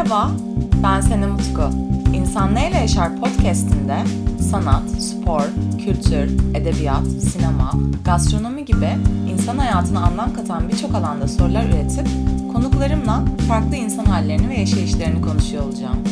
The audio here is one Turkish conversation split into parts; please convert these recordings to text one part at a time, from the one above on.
Merhaba, ben Senem Utku. İnsan Neyle Yaşar podcast'inde sanat, spor, kültür, edebiyat, sinema, gastronomi gibi insan hayatına anlam katan birçok alanda sorular üretip konuklarımla farklı insan hallerini ve yaşayışlarını konuşuyor olacağım.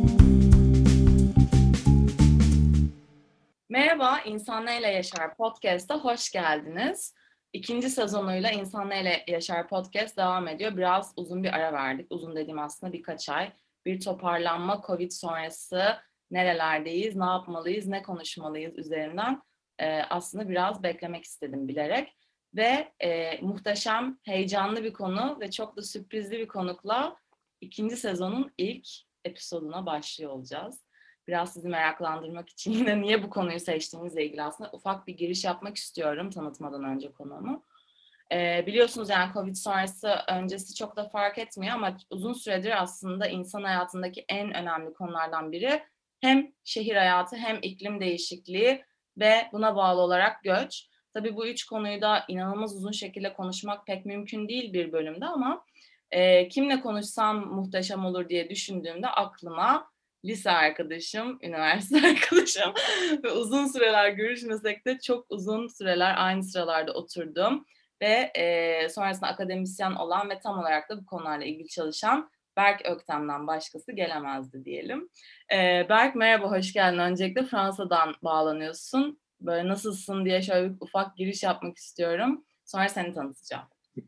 Merhaba, İnsan Neyle Yaşar podcast'a hoş geldiniz. İkinci sezonuyla İnsan Neyle Yaşar podcast devam ediyor. Biraz uzun bir ara verdik. Uzun dediğim aslında birkaç ay. Bir toparlanma, Covid sonrası nerelerdeyiz, ne yapmalıyız, ne konuşmalıyız üzerinden aslında biraz beklemek istedim bilerek. Ve muhteşem, heyecanlı bir konu ve çok da sürprizli bir konukla ikinci sezonun ilk episoduna başlıyor olacağız. Biraz sizi meraklandırmak için yine niye bu konuyu seçtiğimizle ilgili aslında ufak bir giriş yapmak istiyorum tanıtmadan önce konuğumu. Biliyorsunuz yani Covid sonrası öncesi çok da fark etmiyor ama uzun süredir aslında insan hayatındaki en önemli konulardan biri hem şehir hayatı hem iklim değişikliği ve buna bağlı olarak göç. Tabii bu üç konuyu da inanılmaz uzun şekilde konuşmak pek mümkün değil bir bölümde ama kimle konuşsam muhteşem olur diye düşündüğümde aklıma lise arkadaşım, üniversite arkadaşım ve uzun süreler görüşmesek de çok uzun süreler aynı sıralarda oturdum ve sonrasında akademisyen olan ve tam olarak da bu konularla ilgili çalışan Berk Öktem'den başkası gelemezdi diyelim. Berk merhaba, hoş geldin. Öncelikle Fransa'dan bağlanıyorsun. Böyle nasılsın diye şöyle bir ufak giriş yapmak istiyorum. Sonra seni tanıtacağım.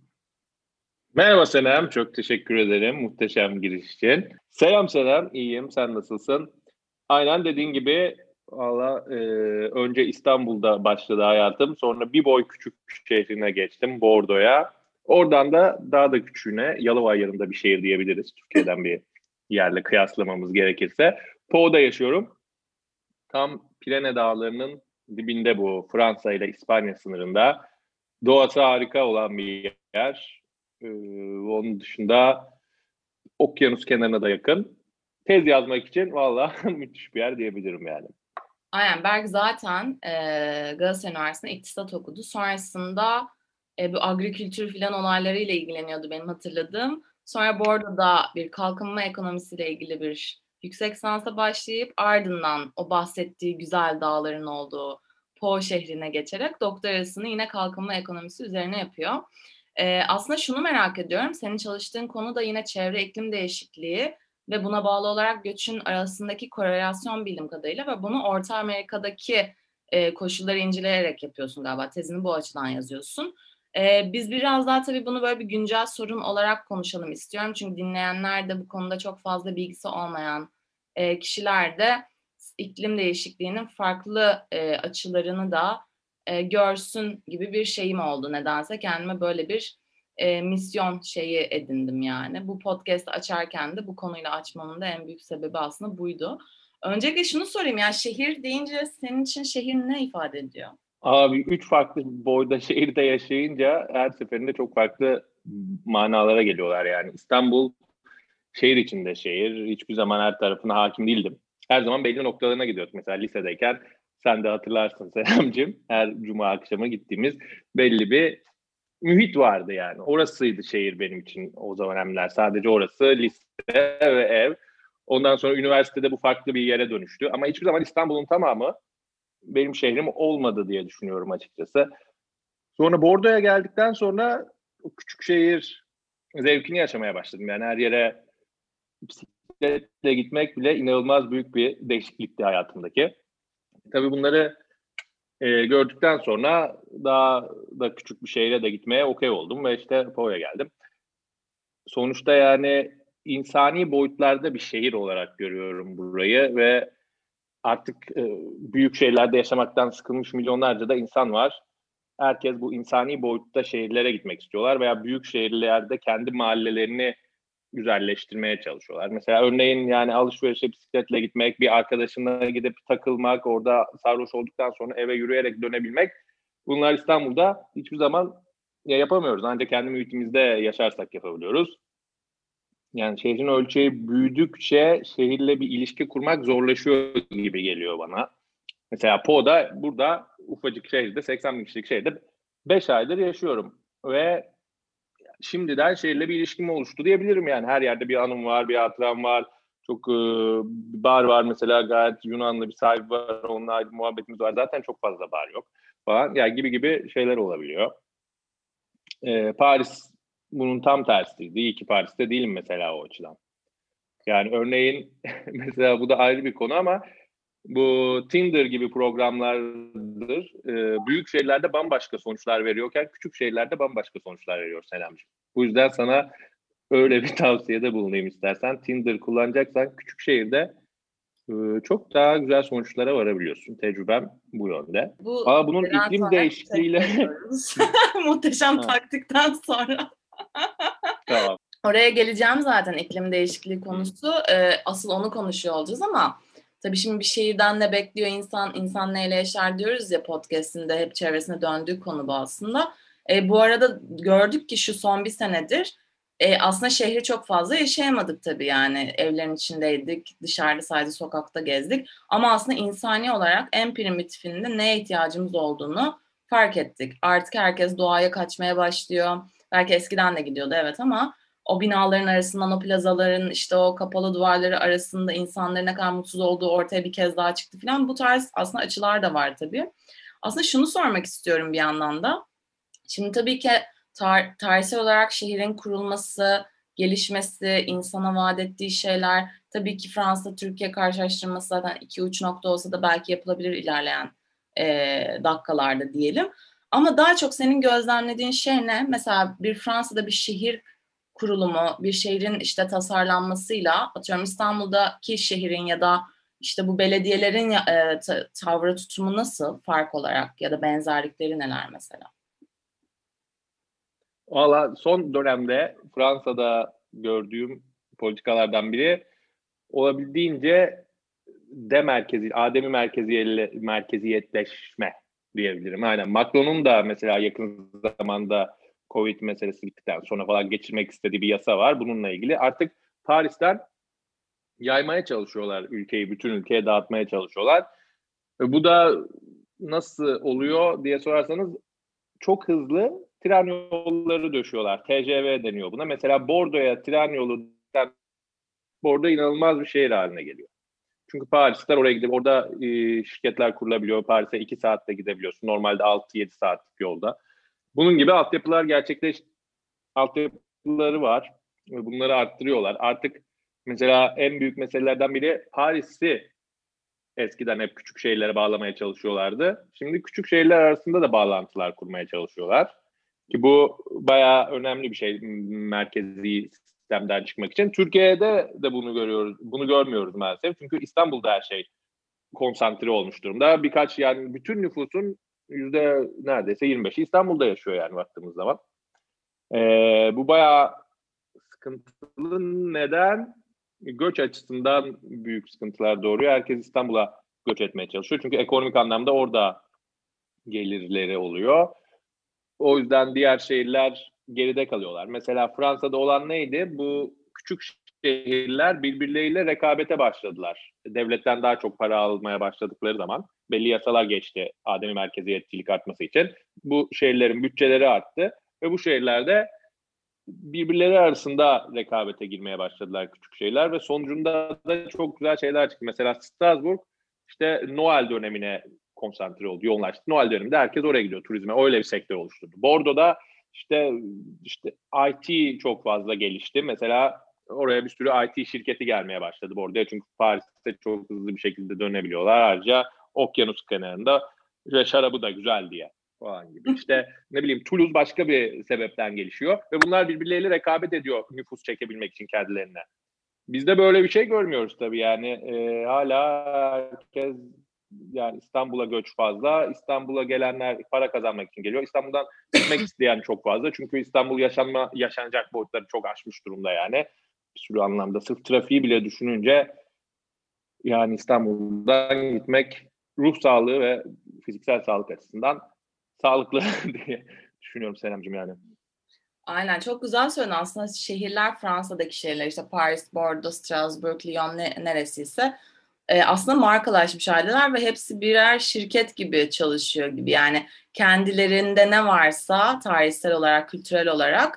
Merhaba Senem, çok teşekkür ederim muhteşem giriş için. Selam Senem, iyiyim, sen nasılsın? Aynen dediğin gibi valla önce İstanbul'da başladı hayatım. Sonra bir boy küçük şehrine geçtim, Bordo'ya. Oradan da daha da küçüğüne, Yalova ayarında bir şehir diyebiliriz. Türkiye'den bir yerle kıyaslamamız gerekirse. Po'da yaşıyorum. Tam Pirene Dağları'nın dibinde bu, Fransa ile İspanya sınırında. Doğası harika olan bir yer. Onun dışında okyanus kenarına da yakın. Tez yazmak için valla müthiş bir yer diyebilirim yani. Aynen, Berk zaten Galatasaray Üniversitesi'nde iktisat okudu. Sonrasında bu agrikültür filan olaylarıyla ilgileniyordu benim hatırladığım. Sonra Bordo'da bir kalkınma ekonomisiyle ilgili bir yüksek lisansa başlayıp ardından o bahsettiği güzel dağların olduğu Po şehrine geçerek doktorasını yine kalkınma ekonomisi üzerine yapıyor. Aslında şunu merak ediyorum. Senin çalıştığın konu da yine çevre iklim değişikliği ve buna bağlı olarak göçün arasındaki korelasyon bildiğim kadarıyla ve bunu Orta Amerika'daki koşulları inceleyerek yapıyorsun galiba. Tezini bu açıdan yazıyorsun. Biz biraz daha tabii bunu böyle bir güncel sorun olarak konuşalım istiyorum. Çünkü dinleyenler de bu konuda çok fazla bilgisi olmayan kişiler de iklim değişikliğinin farklı açılarını da görsün gibi bir şeyim oldu nedense. Kendime böyle bir misyon şeyi edindim yani. Bu podcast'ı açarken de bu konuyla açmamın da en büyük sebebi aslında buydu. Öncelikle şunu sorayım, yani şehir deyince senin için şehir ne ifade ediyor? Abi 3 farklı boyda şehirde yaşayınca her seferinde çok farklı manalara geliyorlar yani. İstanbul şehir içinde şehir. Hiçbir zaman her tarafına hakim değildim. Her zaman belli noktalarına gidiyorduk. Mesela lisedeyken sen de hatırlarsın Senemciğim. Her cuma akşamı gittiğimiz belli bir mühit vardı yani. Orasıydı şehir benim için o dönemler. Sadece orası, lise ve ev. Ondan sonra üniversitede bu farklı bir yere dönüştü. Ama hiçbir zaman İstanbul'un tamamı benim şehrim olmadı diye düşünüyorum açıkçası. Sonra Bordo'ya geldikten sonra o küçük şehir zevkini yaşamaya başladım. Yani her yere bisikletle gitmek bile inanılmaz büyük bir değişiklikti hayatımdaki. Tabii bunları gördükten sonra daha da küçük bir şehre de gitmeye okey oldum ve işte Po'ya geldim. Sonuçta yani insani boyutlarda bir şehir olarak görüyorum burayı ve artık büyük şehirlerde yaşamaktan sıkılmış milyonlarca da insan var. Herkes bu insani boyutta şehirlere gitmek istiyorlar veya büyük şehirlerde kendi mahallelerini güzelleştirmeye çalışıyorlar. Mesela örneğin yani alışverişe bisikletle gitmek, bir arkadaşına gidip takılmak, orada sarhoş olduktan sonra eve yürüyerek dönebilmek. Bunlar İstanbul'da hiçbir zaman yapamıyoruz. Ancak kendi muhitimizde yaşarsak yapabiliyoruz. Yani şehrin ölçeği büyüdükçe şehirle bir ilişki kurmak zorlaşıyor gibi geliyor bana. Mesela Po'da burada ufacık şehirde 80 bin kişilik şehirde 5 aydır yaşıyorum ve şimdiden şehirle bir ilişkim oluştu diyebilirim yani. Her yerde bir anım var, bir hatıram var. Çok bar var mesela, gayet Yunanlı bir sahibi var. Onunla ayrı muhabbetimiz var. Zaten çok fazla bar yok falan. Yani gibi şeyler olabiliyor. Paris bunun tam tersiydi. İyi ki Paris'te değilim mesela o açıdan. Yani örneğin mesela bu da ayrı bir konu ama bu Tinder gibi programlardır. Büyük şehirlerde bambaşka sonuçlar veriyorken küçük şehirlerde bambaşka sonuçlar veriyor Selamcığım. Bu yüzden sana öyle bir tavsiyede bulunayım istersen. Tinder kullanacaksan küçük şehirde çok daha güzel sonuçlara varabiliyorsun. Tecrübem bu yönde. Bu Bunun şeyden iklim sonra değişikliğiyle... teşekkür ediyoruz. Muhteşem Ha, taktikten sonra. tamam. Oraya geleceğim zaten, iklim değişikliği konusu. Asıl onu konuşuyor olacağız ama tabii şimdi bir şehirden ne bekliyor insan neyle yaşar diyoruz ya, podcast'inde hep çevresine döndüğü konu bu aslında. Bu arada gördük ki şu son bir senedir aslında şehri çok fazla yaşayamadık tabii, yani evlerin içindeydik, dışarıda sadece sokakta gezdik. Ama aslında insani olarak en primitifinde neye ihtiyacımız olduğunu fark ettik. Artık herkes doğaya kaçmaya başlıyor. Belki eskiden de gidiyordu, evet, ama o binaların arasından, o plazaların işte o kapalı duvarları arasında insanların ne kadar mutsuz olduğu ortaya bir kez daha çıktı falan. Bu tarz aslında açılar da var tabii. Aslında şunu sormak istiyorum bir yandan da. Şimdi tabii ki tarihsel olarak şehrin kurulması, gelişmesi, insana vaat ettiği şeyler, tabii ki Fransa, Türkiye karşılaştırması zaten iki uç nokta olsa da belki yapılabilir ilerleyen dakikalarda diyelim. Ama daha çok senin gözlemlediğin şey ne? Mesela bir Fransa'da bir şehir kurulumu, bir şehrin işte tasarlanmasıyla, atıyorum İstanbul'daki şehrin ya da işte bu belediyelerin tavrı, tutumu nasıl fark olarak, ya da benzerlikleri neler mesela? Valla son dönemde Fransa'da gördüğüm politikalardan biri olabildiğince merkeziyetleşme diyebilirim. Aynen. Macron'un da mesela yakın zamanda Covid meselesi bittikten sonra falan geçirmek istediği bir yasa var. Bununla ilgili artık Paris'ten yaymaya çalışıyorlar ülkeyi, bütün ülkeye dağıtmaya çalışıyorlar. Bu da nasıl oluyor diye sorarsanız çok hızlı tren yolları döşüyorlar. TGV deniyor buna. Mesela Bordo'ya tren yolu, Bordo inanılmaz bir şehir haline geliyor. Çünkü Parisler oraya gidip orada şirketler kurulabiliyor. Paris'e 2 saatte gidebiliyorsun. Normalde 6-7 saatlik yolda. Bunun gibi altyapıları var. Bunları arttırıyorlar. Artık mesela en büyük meselelerden biri, Paris'i eskiden hep küçük şehirlere bağlamaya çalışıyorlardı. Şimdi küçük şehirler arasında da bağlantılar kurmaya çalışıyorlar. Ki bu bayağı önemli bir şey merkezi sistemden çıkmak için. Türkiye'de de bunu görüyoruz. Bunu görmüyoruz maalesef. Çünkü İstanbul'da her şey konsantre olmuş durumda. Yani bütün nüfusun neredeyse 25'i İstanbul'da yaşıyor yani baktığımız zaman. Bu bayağı sıkıntılı. Neden? Göç açısından büyük sıkıntılar doğuruyor. Herkes İstanbul'a göç etmeye çalışıyor. Çünkü ekonomik anlamda orada gelirleri oluyor. O yüzden diğer şehirler geride kalıyorlar. Mesela Fransa'da olan neydi? Bu küçük şehirler birbirleriyle rekabete başladılar. Devletten daha çok para almaya başladıkları zaman belli yasalar geçti ademi merkeziyetçilik artması için. Bu şehirlerin bütçeleri arttı ve bu şehirlerde birbirleri arasında rekabete girmeye başladılar küçük şehirler ve sonucunda da çok güzel şeyler çıktı. Mesela Strasbourg işte Noel dönemine konsantre oldu, yoğunlaştı. Noel döneminde herkes oraya gidiyor turizme. Öyle bir sektör oluşturdu. Bordo'da işte IT çok fazla gelişti. Mesela oraya bir sürü IT şirketi gelmeye başladı Bordo'ya. Çünkü Paris'te çok hızlı bir şekilde dönebiliyorlar. Ayrıca okyanus kenarında ve şarabı da güzel diye falan gibi. İşte ne bileyim Toulouse başka bir sebepten gelişiyor ve bunlar birbirleriyle rekabet ediyor nüfus çekebilmek için kendilerine. Bizde böyle bir şey görmüyoruz tabii yani. Hala herkes, yani İstanbul'a göç fazla. İstanbul'a gelenler para kazanmak için geliyor. İstanbul'dan gitmek isteyen çok fazla. Çünkü İstanbul yaşanacak boyutları çok aşmış durumda yani. Bir sürü anlamda. Sırf trafiği bile düşününce yani İstanbul'dan gitmek ruh sağlığı ve fiziksel sağlık açısından sağlıklı diye düşünüyorum Senemciğim yani. Aynen, çok güzel söyledin. Aslında şehirler, Fransa'daki şehirler, işte Paris, Bordeaux, Strasbourg, Lyon, neresiyse aslında markalaşmış haldeler ve hepsi birer şirket gibi çalışıyor gibi. Yani kendilerinde ne varsa tarihsel olarak, kültürel olarak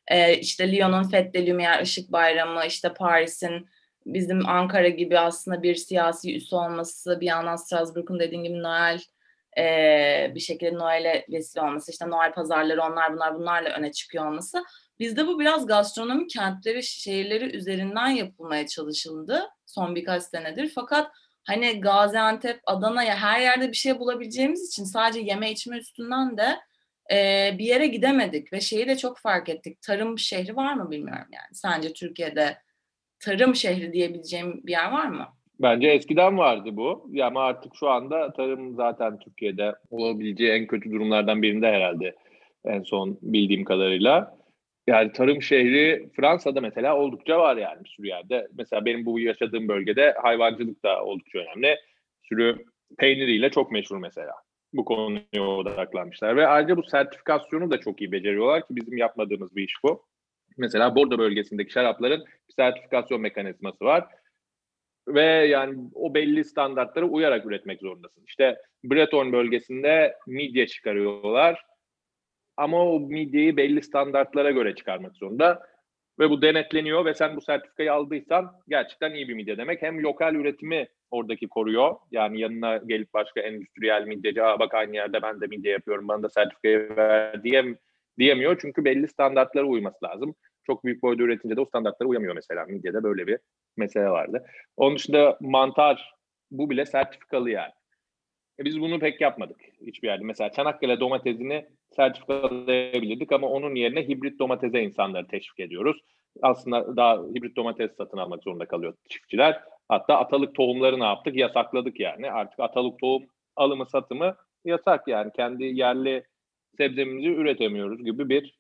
İşte Lyon'un Fête des Lumières, Işık Bayramı, işte Paris'in bizim Ankara gibi aslında bir siyasi üs olması, bir yandan Strasbourg'un dediğin gibi Noel, bir şekilde Noel'e vesile olması, işte Noel pazarları bunlarla öne çıkıyor olması. Bizde bu biraz gastronomi kentleri, şehirleri üzerinden yapılmaya çalışıldı son birkaç senedir. Fakat hani Gaziantep, Adana'ya her yerde bir şey bulabileceğimiz için sadece yeme içme üstünden de bir yere gidemedik ve şeyi de çok fark ettik. Tarım şehri var mı bilmiyorum yani. Sence Türkiye'de tarım şehri diyebileceğim bir yer var mı? Bence eskiden vardı bu. Ya ama artık şu anda tarım zaten Türkiye'de olabileceği en kötü durumlardan birinde herhalde, en son bildiğim kadarıyla. Yani tarım şehri Fransa'da mesela oldukça var yani bir sürü yerde. Mesela benim bu yaşadığım bölgede hayvancılık da oldukça önemli. Bir sürü peyniriyle çok meşhur mesela. Bu konuya odaklanmışlar. Ve ayrıca bu sertifikasyonu da çok iyi beceriyorlar ki bizim yapmadığımız bir iş bu. Mesela Bordeaux bölgesindeki şarapların bir sertifikasyon mekanizması var. Ve yani o belli standartlara uyarak üretmek zorundasın. İşte Breton bölgesinde midye çıkarıyorlar ama o midyeyi belli standartlara göre çıkarmak zorunda ve bu denetleniyor ve sen bu sertifikayı aldıysan gerçekten iyi bir midye demek. Hem lokal üretimi oradaki koruyor. Yani yanına gelip başka endüstriyel midyeci, bak aynı yerde ben de midye yapıyorum, bana da sertifikayı ver diyemiyor. Çünkü belli standartlara uyması lazım. Çok büyük boyda üretince de o standartlara uyamıyor mesela. Midyede böyle bir mesele vardı. Onun dışında mantar, bu bile sertifikalı yani. Biz bunu pek yapmadık hiçbir yerde. Mesela Çanakkale domatesini sertifikalayabilirdik ama onun yerine hibrit domatese insanları teşvik ediyoruz. Aslında daha hibrit domates satın almak zorunda kalıyor çiftçiler. Hatta atalık tohumları ne yaptık? Yasakladık yani. Artık atalık tohum alımı satımı yasak yani. Kendi yerli sebzemizi üretemiyoruz gibi bir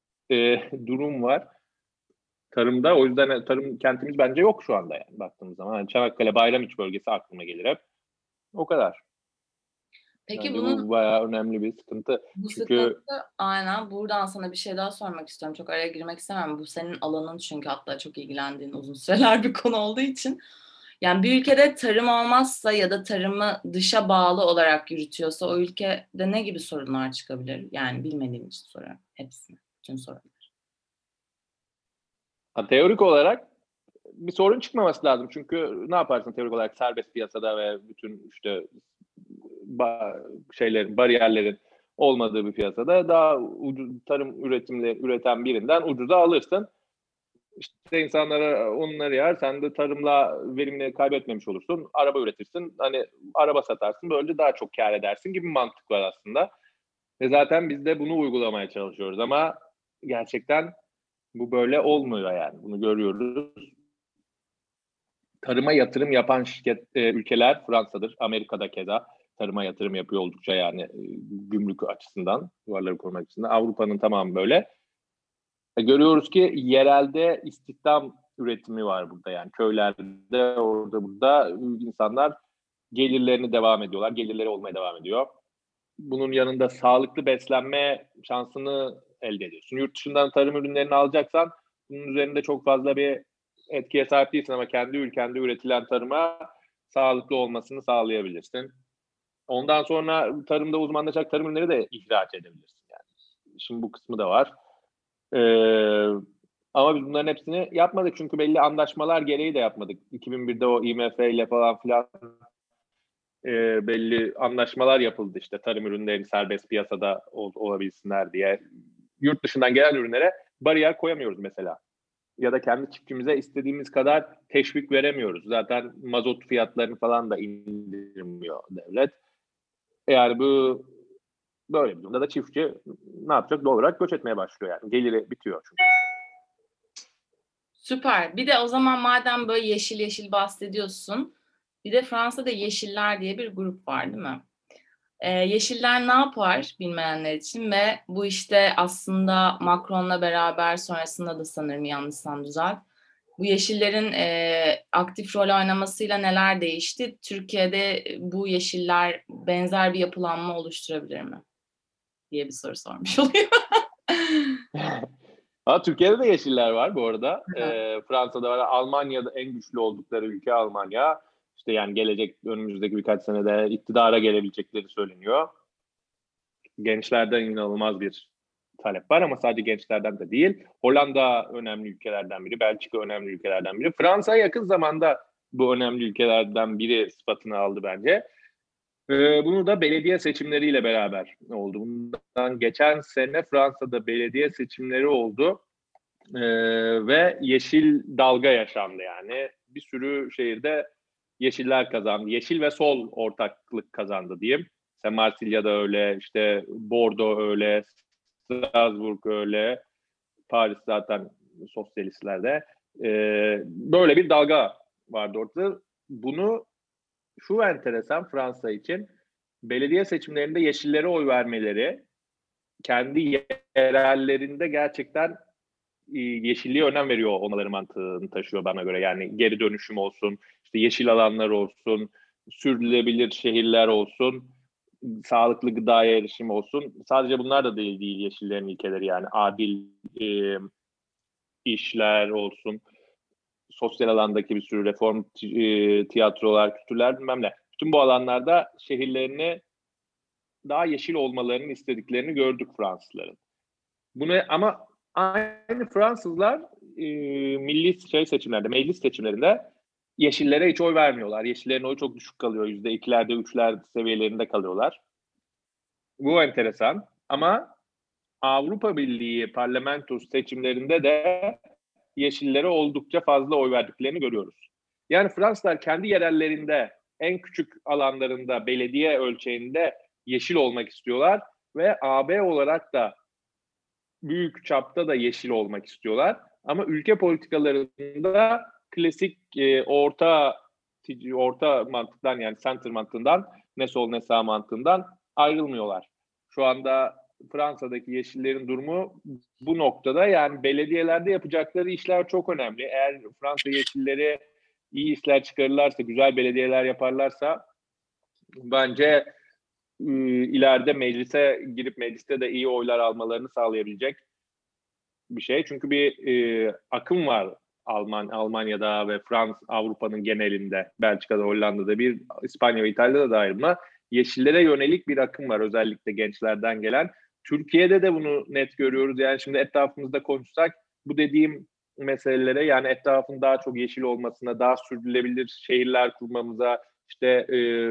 durum var tarımda. O yüzden tarım kentimiz bence yok şu anda yani baktığımız zaman. Yani Çanakkale Bayramiç bölgesi aklıma gelir hep. O kadar. Peki Bence bu bayağı önemli bir sıkıntı. bu Çünkü sıkıntı aynen buradan sana bir şey daha sormak istiyorum. Çok araya girmek istemem. Bu senin alanın çünkü hatta çok ilgilendiğin uzun süreler bir konu olduğu için. Yani bir ülkede tarım olmazsa ya da tarımı dışa bağlı olarak yürütüyorsa o ülkede ne gibi sorunlar çıkabilir? Yani bilmediğim için soruyorum hepsini, bütün soruları. teorik olarak bir sorun çıkmaması lazım. Çünkü ne yaparsın teorik olarak serbest piyasada ve bütün işte bariyerlerin olmadığı bir piyasada daha ucuz tarım üreten birinden ucuza alırsın. İşte insanlara onları yer, sen de tarımla verimini kaybetmemiş olursun. Araba üretirsin, hani araba satarsın, böylece daha çok kâr edersin gibi bir mantık var aslında. Ve zaten biz de bunu uygulamaya çalışıyoruz ama gerçekten bu böyle olmuyor yani. Bunu görüyoruz. Tarıma yatırım yapan ülkeler Fransa'dır, Amerika'da keza tarıma yatırım yapıyor oldukça yani gümrük açısından, duvarları korumak açısından. Avrupa'nın tamamı böyle. Görüyoruz ki yerelde istihdam üretimi var burada yani köylerde orada burada insanlar gelirlerini devam ediyorlar, gelirleri olmaya devam ediyor. Bunun yanında sağlıklı beslenme şansını elde ediyorsun. Yurt dışından tarım ürünlerini alacaksan bunun üzerinde çok fazla bir etkiye sahip değilsin ama kendi ülkende üretilen tarıma sağlıklı olmasını sağlayabilirsin. Ondan sonra tarımda uzmanlaşacak tarım ürünleri de ihraç edebilirsin yani. Şimdi bu kısmı da var. Ee, ama biz bunların hepsini yapmadık çünkü belli anlaşmalar gereği de yapmadık. 2001'de o IMF ile falan filan belli anlaşmalar yapıldı işte tarım ürünleri serbest piyasada olabilsinler diye. Yurt dışından gelen ürünlere bariyer koyamıyoruz mesela. Ya da kendi çiftçimize istediğimiz kadar teşvik veremiyoruz. Zaten mazot fiyatlarını falan da indirmiyor devlet. Yani bu böyle bir durumda da çiftçi ne yapacak? Doğal olarak göç etmeye başlıyor yani. Geliri bitiyor çünkü. Süper. Bir de o zaman madem böyle yeşil yeşil bahsediyorsun, bir de Fransa'da Yeşiller diye bir grup var, değil mi? Yeşiller ne yapar bilmeyenler için ve bu işte aslında Macron'la beraber sonrasında da sanırım yanlışsam düzelt. Bu Yeşillerin aktif rol oynamasıyla neler değişti? Türkiye'de bu Yeşiller benzer bir yapılanma oluşturabilir mi? Diye bir soru sormuş oluyor. Türkiye'de de yeşiller var bu arada. Fransa'da var. Almanya'da en güçlü oldukları ülke Almanya. İşte yani önümüzdeki birkaç senede iktidara gelebilecekleri söyleniyor. Gençlerden inanılmaz bir talep var ama sadece gençlerden de değil. Hollanda önemli ülkelerden biri, Belçika önemli ülkelerden biri. Fransa yakın zamanda bu önemli ülkelerden biri sıfatını aldı bence. Bunu da belediye seçimleriyle beraber oldu. Bundan geçen sene Fransa'da belediye seçimleri oldu ve yeşil dalga yaşandı yani. Bir sürü şehirde yeşiller kazandı. Yeşil ve sol ortaklık kazandı diyeyim. İşte Marsilya'da öyle, işte Bordeaux öyle, Strasbourg öyle, Paris zaten sosyalistlerde. Böyle bir dalga vardı ortada. Bunu şu enteresan Fransa için belediye seçimlerinde yeşillere oy vermeleri kendi yerellerinde gerçekten yeşilliğe önem veriyor olmaları mantığını taşıyor bana göre. Yani geri dönüşüm olsun, işte yeşil alanlar olsun, sürdürülebilir şehirler olsun, sağlıklı gıdaya erişim olsun. Sadece bunlar da değil yeşillerin ilkeleri yani adil işler olsun, sosyal alandaki bir sürü reform, tiyatrolar, kültürler bilmem ne. Bütün bu alanlarda şehirlerini daha yeşil olmalarını istediklerini gördük Fransızların. Bunu ama aynı Fransızlar milli seçimlerde, meclis seçimlerinde yeşillere hiç oy vermiyorlar. Yeşillerin oyu çok düşük kalıyor. %2'lerde, 3'ler seviyelerinde kalıyorlar. Bu enteresan. Ama Avrupa Birliği parlamento seçimlerinde de yeşillere oldukça fazla oy verdiklerini görüyoruz. Yani Fransızlar kendi yerellerinde, en küçük alanlarında, belediye ölçeğinde yeşil olmak istiyorlar ve AB olarak da büyük çapta da yeşil olmak istiyorlar. Ama ülke politikalarında klasik orta mantıktan yani center mantığından ne sol ne sağ mantığından ayrılmıyorlar. Şu anda Fransa'daki yeşillerin durumu bu noktada. Yani belediyelerde yapacakları işler çok önemli. Eğer Fransa yeşilleri iyi işler çıkarırlarsa, güzel belediyeler yaparlarsa bence ileride meclise girip mecliste de iyi oylar almalarını sağlayabilecek bir şey. Çünkü bir akım var Almanya'da ve Avrupa'nın genelinde, Belçika'da, Hollanda'da, bir İspanya ve İtalya'da dahil buna yeşillere yönelik bir akım var özellikle gençlerden gelen. Türkiye'de de bunu net görüyoruz. Yani şimdi etrafımızda konuşsak bu dediğim meselelere yani etrafın daha çok yeşil olmasına, daha sürdürülebilir şehirler kurmamıza, işte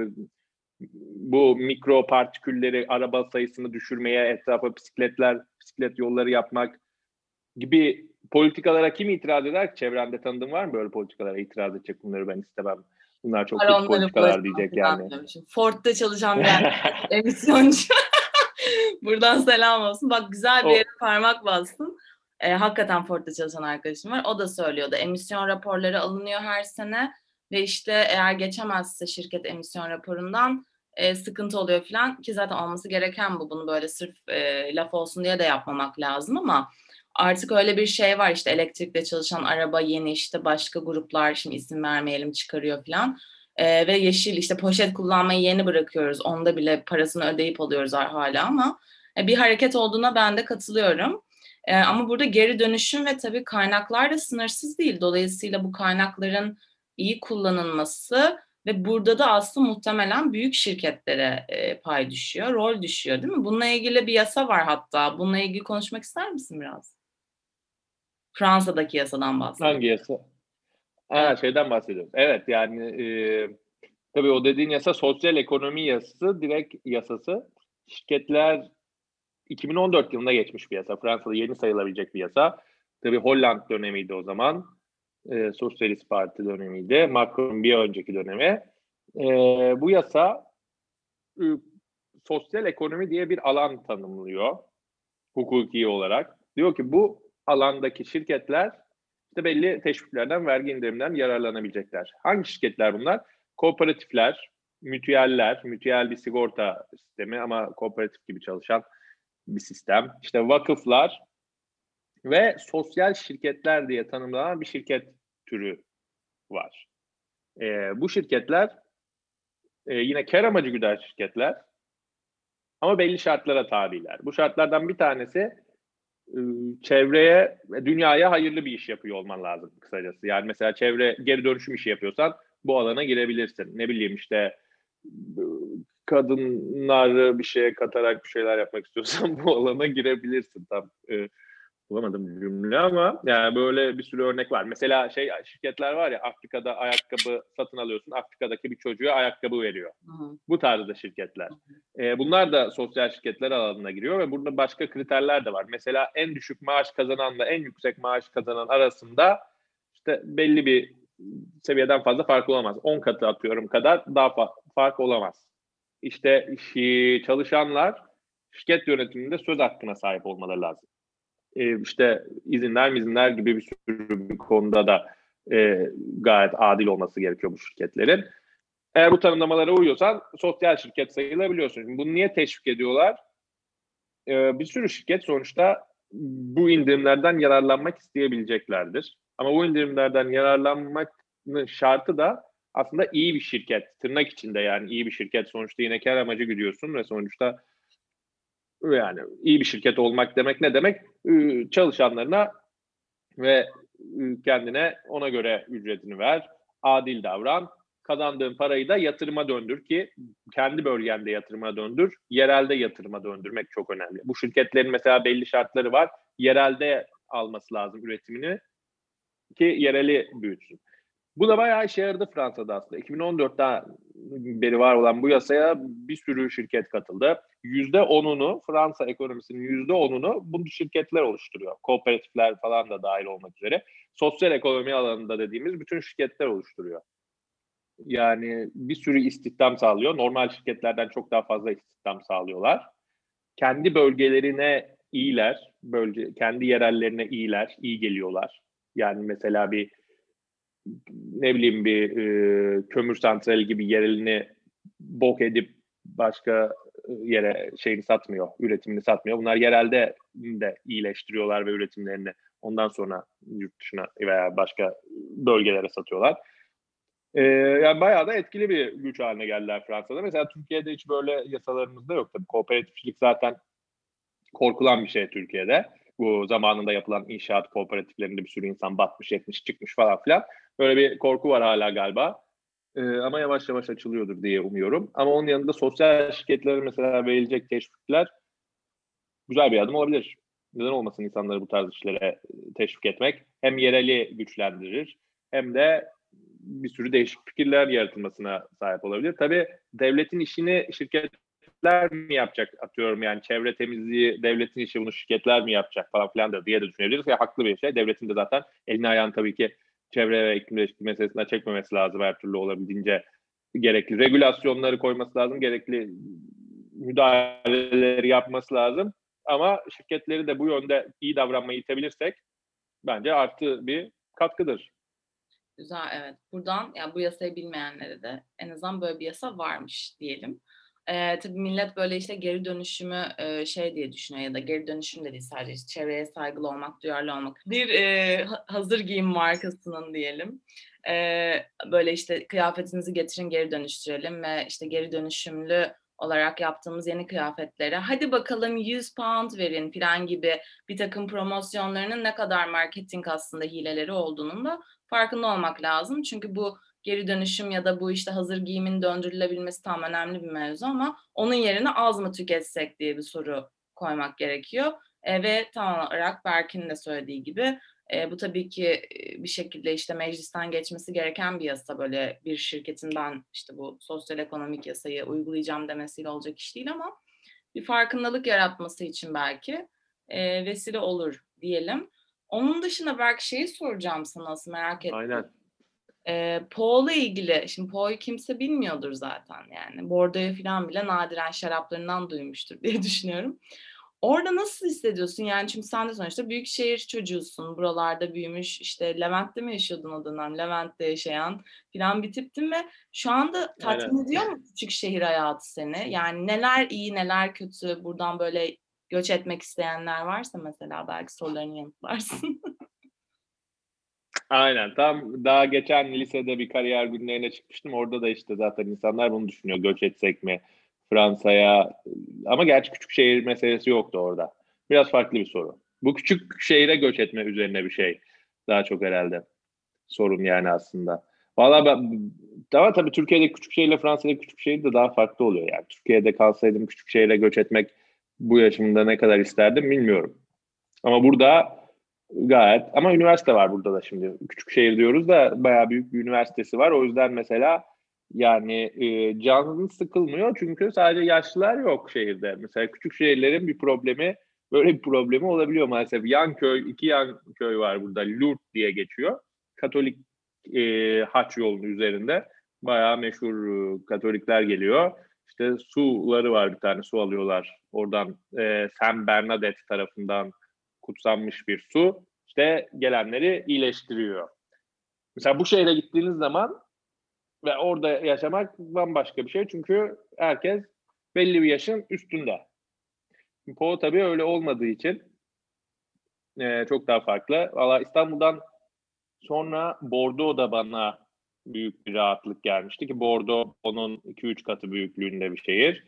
bu mikro partikülleri, araba sayısını düşürmeye, etrafa bisiklet yolları yapmak gibi politikalara kim itiraz eder ki? Çevrende tanıdığın var mı böyle politikalara itiraz edecek? Bunları ben istemem. Bunlar çok kötü politikalar diyecek yani. Ford'da çalışan bir emisyoncu. Buradan selam olsun. Bak güzel bir yere parmak bastın. Hakikaten Ford'da çalışan arkadaşım var. O da söylüyordu. Emisyon raporları alınıyor her sene ve işte eğer geçemezse şirket emisyon raporundan sıkıntı oluyor falan ki zaten olması gereken bu. Bunu böyle sırf laf olsun diye de yapmamak lazım ama artık öyle bir şey var işte elektrikle çalışan araba yeni işte başka gruplar şimdi isim vermeyelim çıkarıyor falan. Ve yeşil işte poşet kullanmayı yeni bırakıyoruz. Onda bile parasını ödeyip alıyoruz hala ama bir hareket olduğuna ben de katılıyorum. Ama burada geri dönüşüm ve tabii kaynaklar da sınırsız değil. Dolayısıyla bu kaynakların iyi kullanılması ve burada da aslında muhtemelen büyük şirketlere pay düşüyor, rol düşüyor değil mi? Bununla ilgili bir yasa var hatta. Bununla ilgili konuşmak ister misin biraz? Fransa'daki yasadan bahsediyorum. Hangi yasa? Evet. Şeyden bahsediyoruz. Evet yani tabii o dediğin yasa sosyal ekonomi yasası, direkt yasası. Şirketler 2014 yılında geçmiş bir yasa. Fransa'da yeni sayılabilecek bir yasa. Tabii Hollande dönemiydi o zaman. Sosyalist Parti dönemiydi. Macron'un bir önceki dönemi. Bu yasa sosyal ekonomi diye bir alan tanımlıyor hukuki olarak. Diyor ki bu alandaki şirketler işte belli teşviklerden, vergi indirimden yararlanabilecekler. Hangi şirketler bunlar? Kooperatifler, mütüeller, mütüel bir sigorta sistemi ama kooperatif gibi çalışan bir sistem. İşte vakıflar ve sosyal şirketler diye tanımlanan bir şirket türü var. Bu şirketler yine kar amacı güden şirketler ama belli şartlara tabiler. Bu şartlardan bir tanesi çevreye ve dünyaya hayırlı bir iş yapıyor olman lazım kısacası. Yani mesela çevre geri dönüşüm işi yapıyorsan bu alana girebilirsin. Ne bileyim işte kadınları bir şeye katarak bir şeyler yapmak istiyorsan bu alana girebilirsin. Tam bulamadım cümle ama yani böyle bir sürü örnek var. Mesela şirketler var ya, Afrika'da ayakkabı satın alıyorsun. Afrika'daki bir çocuğa ayakkabı veriyor. Hı. Bu tarzda şirketler. Bunlar da sosyal şirketler alanına giriyor ve burada başka kriterler de var. Mesela en düşük maaş kazananla en yüksek maaş kazanan arasında işte belli bir seviyeden fazla fark olamaz. 10 katı atıyorum kadar daha fark olamaz. İşte çalışanlar şirket yönetiminde söz hakkına sahip olmaları lazım. İşte izinler gibi bir sürü bir konuda da gayet adil olması gerekiyor bu şirketlerin. Eğer bu tanımlamalara uyuyorsan sosyal şirket sayılabiliyorsun. Şimdi bunu niye teşvik ediyorlar? Bir sürü şirket sonuçta bu indirimlerden yararlanmak isteyebileceklerdir. Ama bu indirimlerden yararlanmanın şartı da aslında iyi bir şirket. Tırnak içinde yani iyi bir şirket. Sonuçta yine kar amacı gidiyorsun ve sonuçta yani iyi bir şirket olmak demek ne demek? Çalışanlarına ve kendine ona göre ücretini ver, adil davran, kazandığın parayı da yatırıma döndür ki kendi bölgende yatırıma döndür, yerelde yatırıma döndürmek çok önemli. Bu şirketlerin mesela belli şartları var. Yerelde alması lazım üretimini ki yereli büyütsün. Bu da bayağı işe yaradı Fransa'da aslında. 2014'ten beri var olan bu yasaya bir sürü şirket katıldı. %10'unu, Fransa ekonomisinin %10'unu bu şirketler oluşturuyor. Kooperatifler falan da dahil olmak üzere. Sosyal ekonomi alanında dediğimiz bütün şirketler oluşturuyor. Yani bir sürü istihdam sağlıyor. Normal şirketlerden çok daha fazla istihdam sağlıyorlar. Kendi bölgelerine iyiler, kendi yerellerine iyiler, iyi geliyorlar. Yani mesela bir kömür santrali gibi yerelini bok edip başka yere satmıyor, üretimini satmıyor. Bunlar yerelde de iyileştiriyorlar ve üretimlerini ondan sonra yurt dışına veya başka bölgelere satıyorlar. Yani bayağı da etkili bir güç haline geldiler Fransa'da. Mesela Türkiye'de hiç böyle yasalarımızda yok. Tabii kooperatifçilik zaten korkulan bir şey Türkiye'de. Bu zamanında yapılan inşaat kooperatiflerinde bir sürü insan batmış, etmiş, çıkmış falan filan. Böyle bir korku var hala galiba. Ama yavaş yavaş açılıyordur diye umuyorum. Ama onun yanında sosyal şirketlere mesela verilecek teşvikler güzel bir adım olabilir. Neden olmasın insanları bu tarz işlere teşvik etmek? Hem yereli güçlendirir hem de bir sürü değişik fikirler yaratılmasına sahip olabilir. Tabii devletin işini şirketler mi yapacak, atıyorum yani çevre temizliği devletin işi, bunu şirketler mi yapacak falan filan da diye de düşünebiliriz. Ya haklı bir şey. Devletin de zaten elini ayağını tabii ki çevre ve iklim değişikliği meselesine çekmemesi lazım, her türlü olabildiğince gerekli regülasyonları koyması lazım, gerekli müdahaleleri yapması lazım. Ama şirketleri de bu yönde iyi davranmayı itebilirsek bence artı bir katkıdır. Güzel, evet. Buradan yani bu yasayı bilmeyenlere de en azından böyle bir yasa varmış diyelim. Tabii millet böyle işte geri dönüşümü diye düşünüyor ya da geri dönüşüm de değil, sadece işte çevreye saygılı olmak, duyarlı olmak. Bir hazır giyim markasının diyelim. Böyle işte kıyafetinizi getirin geri dönüştürelim ve işte geri dönüşümlü olarak yaptığımız yeni kıyafetlere hadi bakalım 100 pound verin falan gibi bir takım promosyonlarının ne kadar marketing aslında hileleri olduğunun da farkında olmak lazım. Çünkü bu geri dönüşüm ya da bu işte hazır giyimin döndürülebilmesi tam önemli bir mevzu ama onun yerine az mı tüketsek diye bir soru koymak gerekiyor. Ve tam olarak Berk'in de söylediği gibi bu tabii ki bir şekilde işte meclisten geçmesi gereken bir yasa. Böyle bir şirketin ben işte bu sosyal ekonomik yasayı uygulayacağım demesiyle olacak iş değil ama bir farkındalık yaratması için belki vesile olur diyelim. Onun dışında belki şeyi soracağım sana, asıl merak ettim. Aynen. Po'la ilgili, şimdi Po'yu kimse bilmiyordur zaten yani. Bordo'yu falan bile nadiren şaraplarından duymuştur diye düşünüyorum. Orada nasıl hissediyorsun? Yani çünkü sen de sonuçta büyük şehir çocuğusun. Buralarda büyümüş, işte Levent'te mi yaşıyordun o dönem? Levent'te yaşayan falan bir tiptin ve şu anda Aynen. tatmin ediyor mu küçük şehir hayatı seni? Yani neler iyi, neler kötü? Buradan böyle göç etmek isteyenler varsa mesela belki sorularını yanıtlarsın. Aynen. Tam daha geçen lisede bir kariyer günlerine çıkmıştım. Orada da işte zaten insanlar bunu düşünüyor. Göç etsek mi Fransa'ya? Ama gerçi küçük şehir meselesi yoktu orada. Biraz farklı bir soru. Bu küçük şehire göç etme üzerine bir şey. Daha çok herhalde sorun yani aslında. Valla ben Ama tabii Türkiye'deki küçük şehirle Fransa'daki küçük şehir de daha farklı oluyor. Yani Türkiye'de kalsaydım küçük şehire göç etmek bu yaşımda ne kadar isterdim bilmiyorum. Ama burada gayet, ama üniversite var burada da şimdi. Küçük şehir diyoruz da bayağı büyük bir üniversitesi var. O yüzden mesela yani canın sıkılmıyor çünkü sadece yaşlılar yok şehirde. Mesela küçük şehirlerin bir problemi, böyle bir problemi olabiliyor maalesef. İki yan köy var burada. Lourdes diye geçiyor. Katolik haç yolunun üzerinde. Bayağı meşhur Katolikler geliyor. İşte suları var, bir tane su alıyorlar. Oradan Saint Bernadette tarafından kutsanmış bir su. İşte gelenleri iyileştiriyor. Mesela bu şehre gittiğiniz zaman ve orada yaşamak bambaşka bir şey. Çünkü herkes belli bir yaşın üstünde. Po tabii öyle olmadığı için çok daha farklı. Valla İstanbul'dan sonra Bordeaux da bana büyük bir rahatlık gelmişti ki Bordeaux onun 2-3 katı büyüklüğünde bir şehir.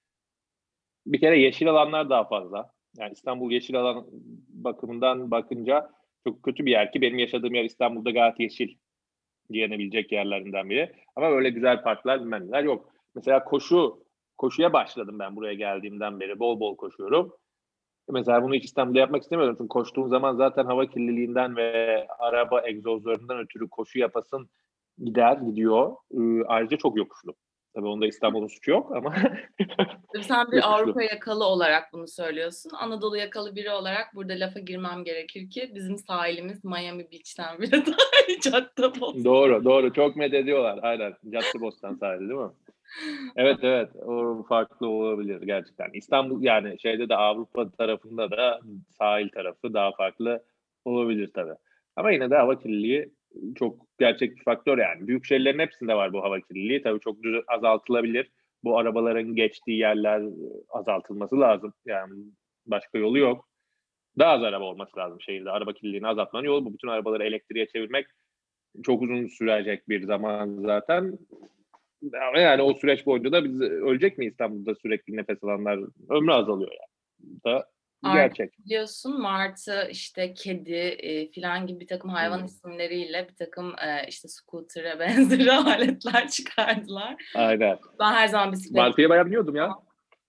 Bir kere yeşil alanlar daha fazla. Yani İstanbul yeşil alan bakımından bakınca çok kötü bir yer ki benim yaşadığım yer İstanbul'da gayet yeşil diyenebilecek yerlerinden biri. Ama öyle güzel parklar bilmem neler yok. Mesela koşuya başladım ben buraya geldiğimden beri. Bol bol koşuyorum. Mesela bunu hiç İstanbul'da yapmak istemiyorum. Çünkü koştuğun zaman zaten hava kirliliğinden ve araba egzozlarından ötürü koşu yapasın gidiyor. Ayrıca çok yokuşlu. Tabii onda İstanbul'un suçu yok ama Tabii sen bir yokuşlu. Avrupa yakalı olarak bunu söylüyorsun. Anadolu yakalı biri olarak burada lafa girmem gerekir ki bizim sahilimiz Miami Beach'ten bile daha iyi Caddebostan. Doğru. Çok medediyorlar. Aynen. Caddebostan sahili değil mi? Evet. O farklı olabilir gerçekten. İstanbul yani şeyde de Avrupa tarafında da sahil tarafı daha farklı olabilir tabii. Ama yine de hava kirliliği çok gerçek bir faktör yani. Büyük şehirlerin hepsinde var bu hava kirliliği. Tabii çok azaltılabilir. Bu arabaların geçtiği yerler azaltılması lazım. Yani başka yolu yok. Daha az araba olması lazım şehirde. Araba kirliliğini azaltmanın yolu bu. Bütün arabaları elektriğe çevirmek çok uzun sürecek bir zaman zaten. Yani o süreç boyunca da biz ölecek mi İstanbul'da sürekli nefes alanlar? Ömrü azalıyor yani. Bu da bir Artık gerçek. biliyorsun martı, işte kedi filan gibi bir takım hayvan Hmm. isimleriyle bir takım işte scooter'a benzeri aletler çıkardılar. Aynen. Ben her zaman bisiklet Martı'ya bayağı biniyordum ya.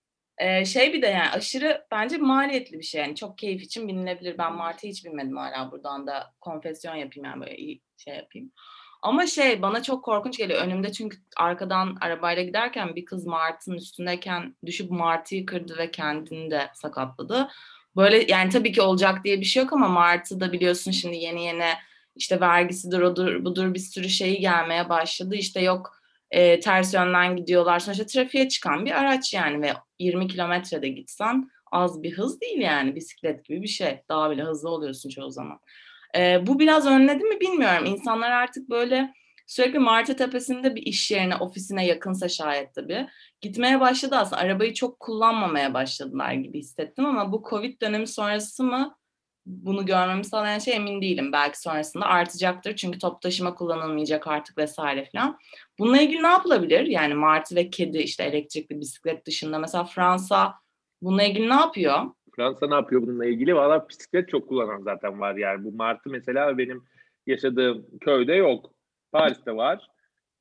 Şey bir de yani aşırı bence maliyetli bir şey. Yani çok keyif için binilebilir. Ben Martı'ya hiç binmedim hala. Buradan da konfesyon yapayım yani böyle iyi şey yapayım. Ama şey bana çok korkunç geliyor. Önümde çünkü arkadan arabayla giderken bir kız Martı'nın üstündeyken düşüp Martı'yı kırdı ve kendini de sakatladı. Böyle yani tabii ki olacak diye bir şey yok ama Martı da biliyorsun şimdi yeni işte vergisidir odur budur bir sürü şeyi gelmeye başladı. İşte yok ters yönden gidiyorlar. Sonuçta trafiğe çıkan bir araç yani ve 20 kilometrede gitsen az bir hız değil yani bisiklet gibi bir şey. Daha bile hızlı oluyorsun çoğu zaman. Bu biraz önledi mi bilmiyorum. İnsanlar artık böyle sürekli Martı Tepesi'nde bir iş yerine, ofisine yakınsa şayet tabii gitmeye başladı aslında. Arabayı çok kullanmamaya başladılar gibi hissettim ama bu Covid dönemi sonrası mı bunu görmemi sağlayan şey emin değilim. Belki sonrasında artacaktır çünkü toplu taşıma kullanılmayacak artık vesaire falan. Bununla ilgili ne yapılabilir? Yani martı ve kedi işte elektrikli bisiklet dışında mesela Fransa bununla ilgili ne yapıyor? Fransa ne yapıyor bununla ilgili? Valla bisiklet çok kullanan zaten var yani. Bu Martı mesela benim yaşadığım köyde yok. Paris'te var.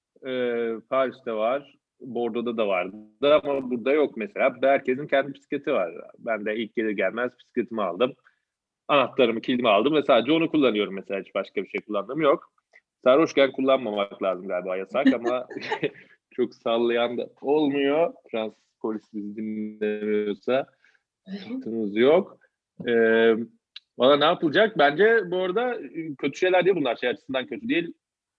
Paris'te var. Bordeaux'da da vardı ama burada yok mesela. Herkesin kendi bisikleti var. Ben de ilk gelir gelmez bisikletimi aldım. Anahtarımı, kilidimi aldım ve sadece onu kullanıyorum mesela. Hiç başka bir şey kullandığım yok. Sarhoşken kullanmamak lazım galiba, yasak ama çok sallayan da olmuyor. Fransız polis bizi dinlemiyorsa sıkıntımız yok. Ee, Valla ne yapılacak? Bence bu arada kötü şeyler değil bunlar. Şey açısından kötü değil.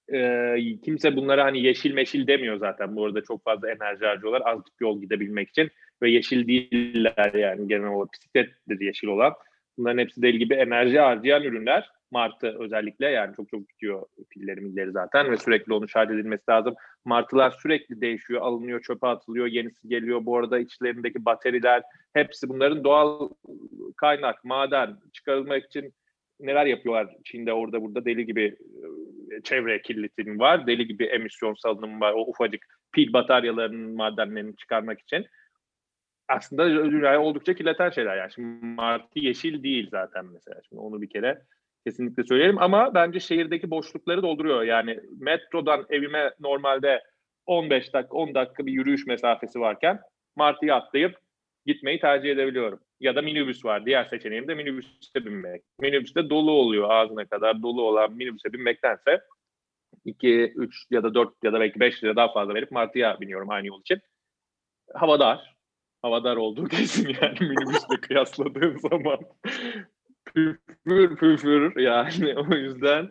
Kimse bunlara hani yeşil meşil demiyor zaten. Bu arada çok fazla enerji harcıyorlar azıcık yol gidebilmek için. Ve yeşil değiller yani genel olarak bisiklettir yeşil olan. Bunların hepsi deli gibi enerji harcayan ürünler. Martı özellikle yani çok bitiyor pilleri zaten ve sürekli onun şarj edilmesi lazım. Martılar sürekli değişiyor, alınıyor, çöpe atılıyor, yenisi geliyor. Bu arada içlerindeki bateriler hepsi bunların doğal kaynak, maden çıkarılmak için neler yapıyorlar Çin'de orada burada deli gibi çevre kirliliği var. Deli gibi emisyon salınımı var. O ufacık pil bataryalarının madenlerini çıkarmak için. Aslında dünyayı oldukça kirleten şeyler. Yani şimdi martı yeşil değil zaten mesela. Şimdi onu bir kere Kesinlikle söyleyelim ama bence şehirdeki boşlukları dolduruyor. Yani metrodan evime normalde 15 dakika, 10 dakika bir yürüyüş mesafesi varken Martı'ya atlayıp gitmeyi tercih edebiliyorum. Ya da minibüs var. Diğer seçeneğim de minibüste binmek. Minibüste dolu oluyor, ağzına kadar dolu olan minibüse binmektense 2, 3 ya da 4 ya da belki 5 lira daha fazla verip Martı'ya biniyorum aynı yol için. Hava dar. Hava dar olduğu kesin yani minibüsle kıyasladığın zaman. Püfür püfür yani o yüzden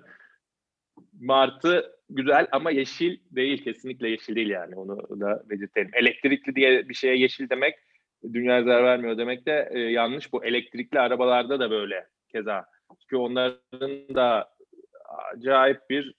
Martı güzel ama yeşil değil, kesinlikle yeşil değil yani, onu da belirtelim. Elektrikli diye bir şeye yeşil demek dünya zarar vermiyor demek de yanlış. Bu elektrikli arabalarda da böyle keza. Çünkü onların da acayip bir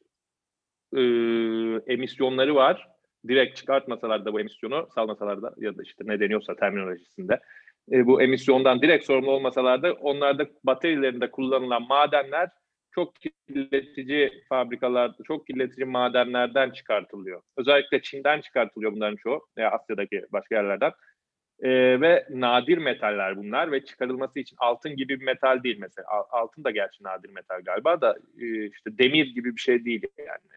emisyonları var. Direkt çıkartmasalar da bu emisyonu, salmasalar da ya da işte ne deniyorsa terminolojisinde bu emisyondan direkt sorumlu olmasalar da onlarda baterilerinde kullanılan madenler çok kirletici fabrikalar, çok kirletici madenlerden çıkartılıyor. Özellikle Çin'den çıkartılıyor bunların çoğu veya Asya'daki başka yerlerden. Ve nadir metaller bunlar ve çıkarılması için altın gibi bir metal değil mesela. Altın da gerçi nadir metal galiba da işte demir gibi bir şey değil yani.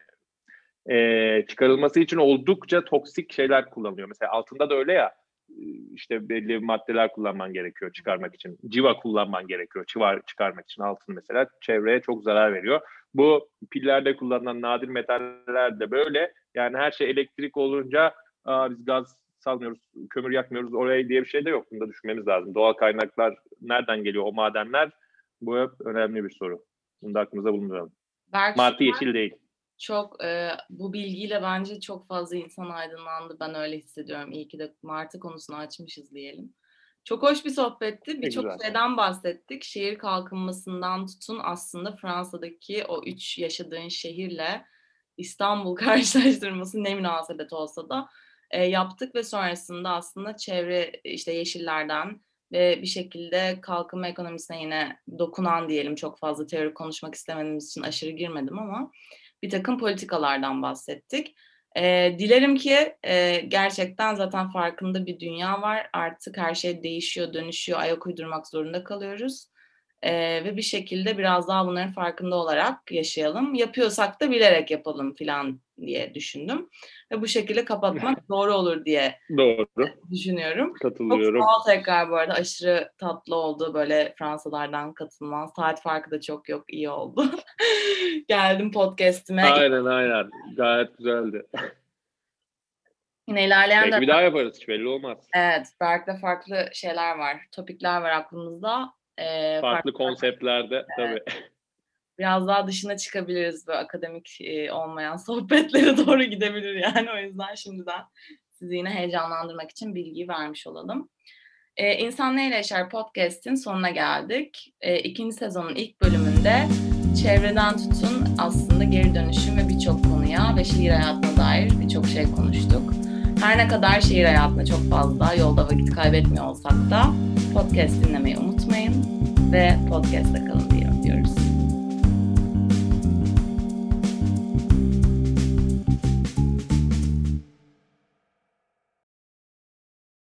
Çıkarılması için oldukça toksik şeyler kullanılıyor. Mesela altında da öyle ya, işte belli maddeler kullanman gerekiyor çıkarmak için. Civa kullanman gerekiyor çıkarmak için altın mesela. Çevreye çok zarar veriyor. Bu pillerde kullanılan nadir metaller de böyle. Yani her şey elektrik olunca biz gaz salmıyoruz, kömür yakmıyoruz oraya diye bir şey de yok. Bunu da düşünmemiz lazım. Doğal kaynaklar nereden geliyor, o madenler? Bu hep önemli bir soru. Bunu da aklımıza bulunduralım. Martı yeşil değil. Çok bu bilgiyle bence çok fazla insan aydınlandı. Ben öyle hissediyorum. İyi ki de Martı konusunu açmışız diyelim. Çok hoş bir sohbetti. Birçok şeyden bahsettik. Şehir kalkınmasından tutun aslında Fransa'daki o 3 yaşadığın şehirle İstanbul karşılaştırması ne münasebet olsa da yaptık ve sonrasında aslında çevre işte yeşillerden ve bir şekilde kalkınma ekonomisine yine dokunan diyelim, çok fazla teori konuşmak istemediğimiz için aşırı girmedim ama bir takım politikalardan bahsettik. Dilerim ki gerçekten zaten farkında bir dünya var. Artık her şey değişiyor, dönüşüyor, ayak uydurmak zorunda kalıyoruz. Ve bir şekilde biraz daha bunların farkında olarak yaşayalım. Yapıyorsak da bilerek yapalım falan diye düşündüm. Ve bu şekilde kapatmak doğru olur diye düşünüyorum. Katılıyorum. Çok sağ ol tekrar bu arada. Aşırı tatlı oldu böyle Fransızlardan katılman. Saat farkı da çok yok. İyi oldu. Geldim podcast'ime. Aynen. Gayet güzeldi. Yine ilerleyen belki bir daha yaparız. Hiç belli olmaz. Evet. Farklı şeyler var. Topikler var aklımızda. Farklı konseptlerde evet. Tabii. Biraz daha dışına çıkabiliriz. Böyle akademik olmayan sohbetlere doğru gidebilir yani. O yüzden şimdiden sizi yine heyecanlandırmak için bilgiyi vermiş olalım. İnsan Neyle Yaşar Podcast'in sonuna geldik. 2. sezonun ilk bölümünde çevreden tutun aslında geri dönüşüm ve birçok konuya ve şehir hayatına dair birçok şey konuştuk. Her ne kadar şehir hayatına çok fazla yolda vakit kaybetmiyor olsak da podcast dinlemeyi unutmayın ve podcast'te kalın diye.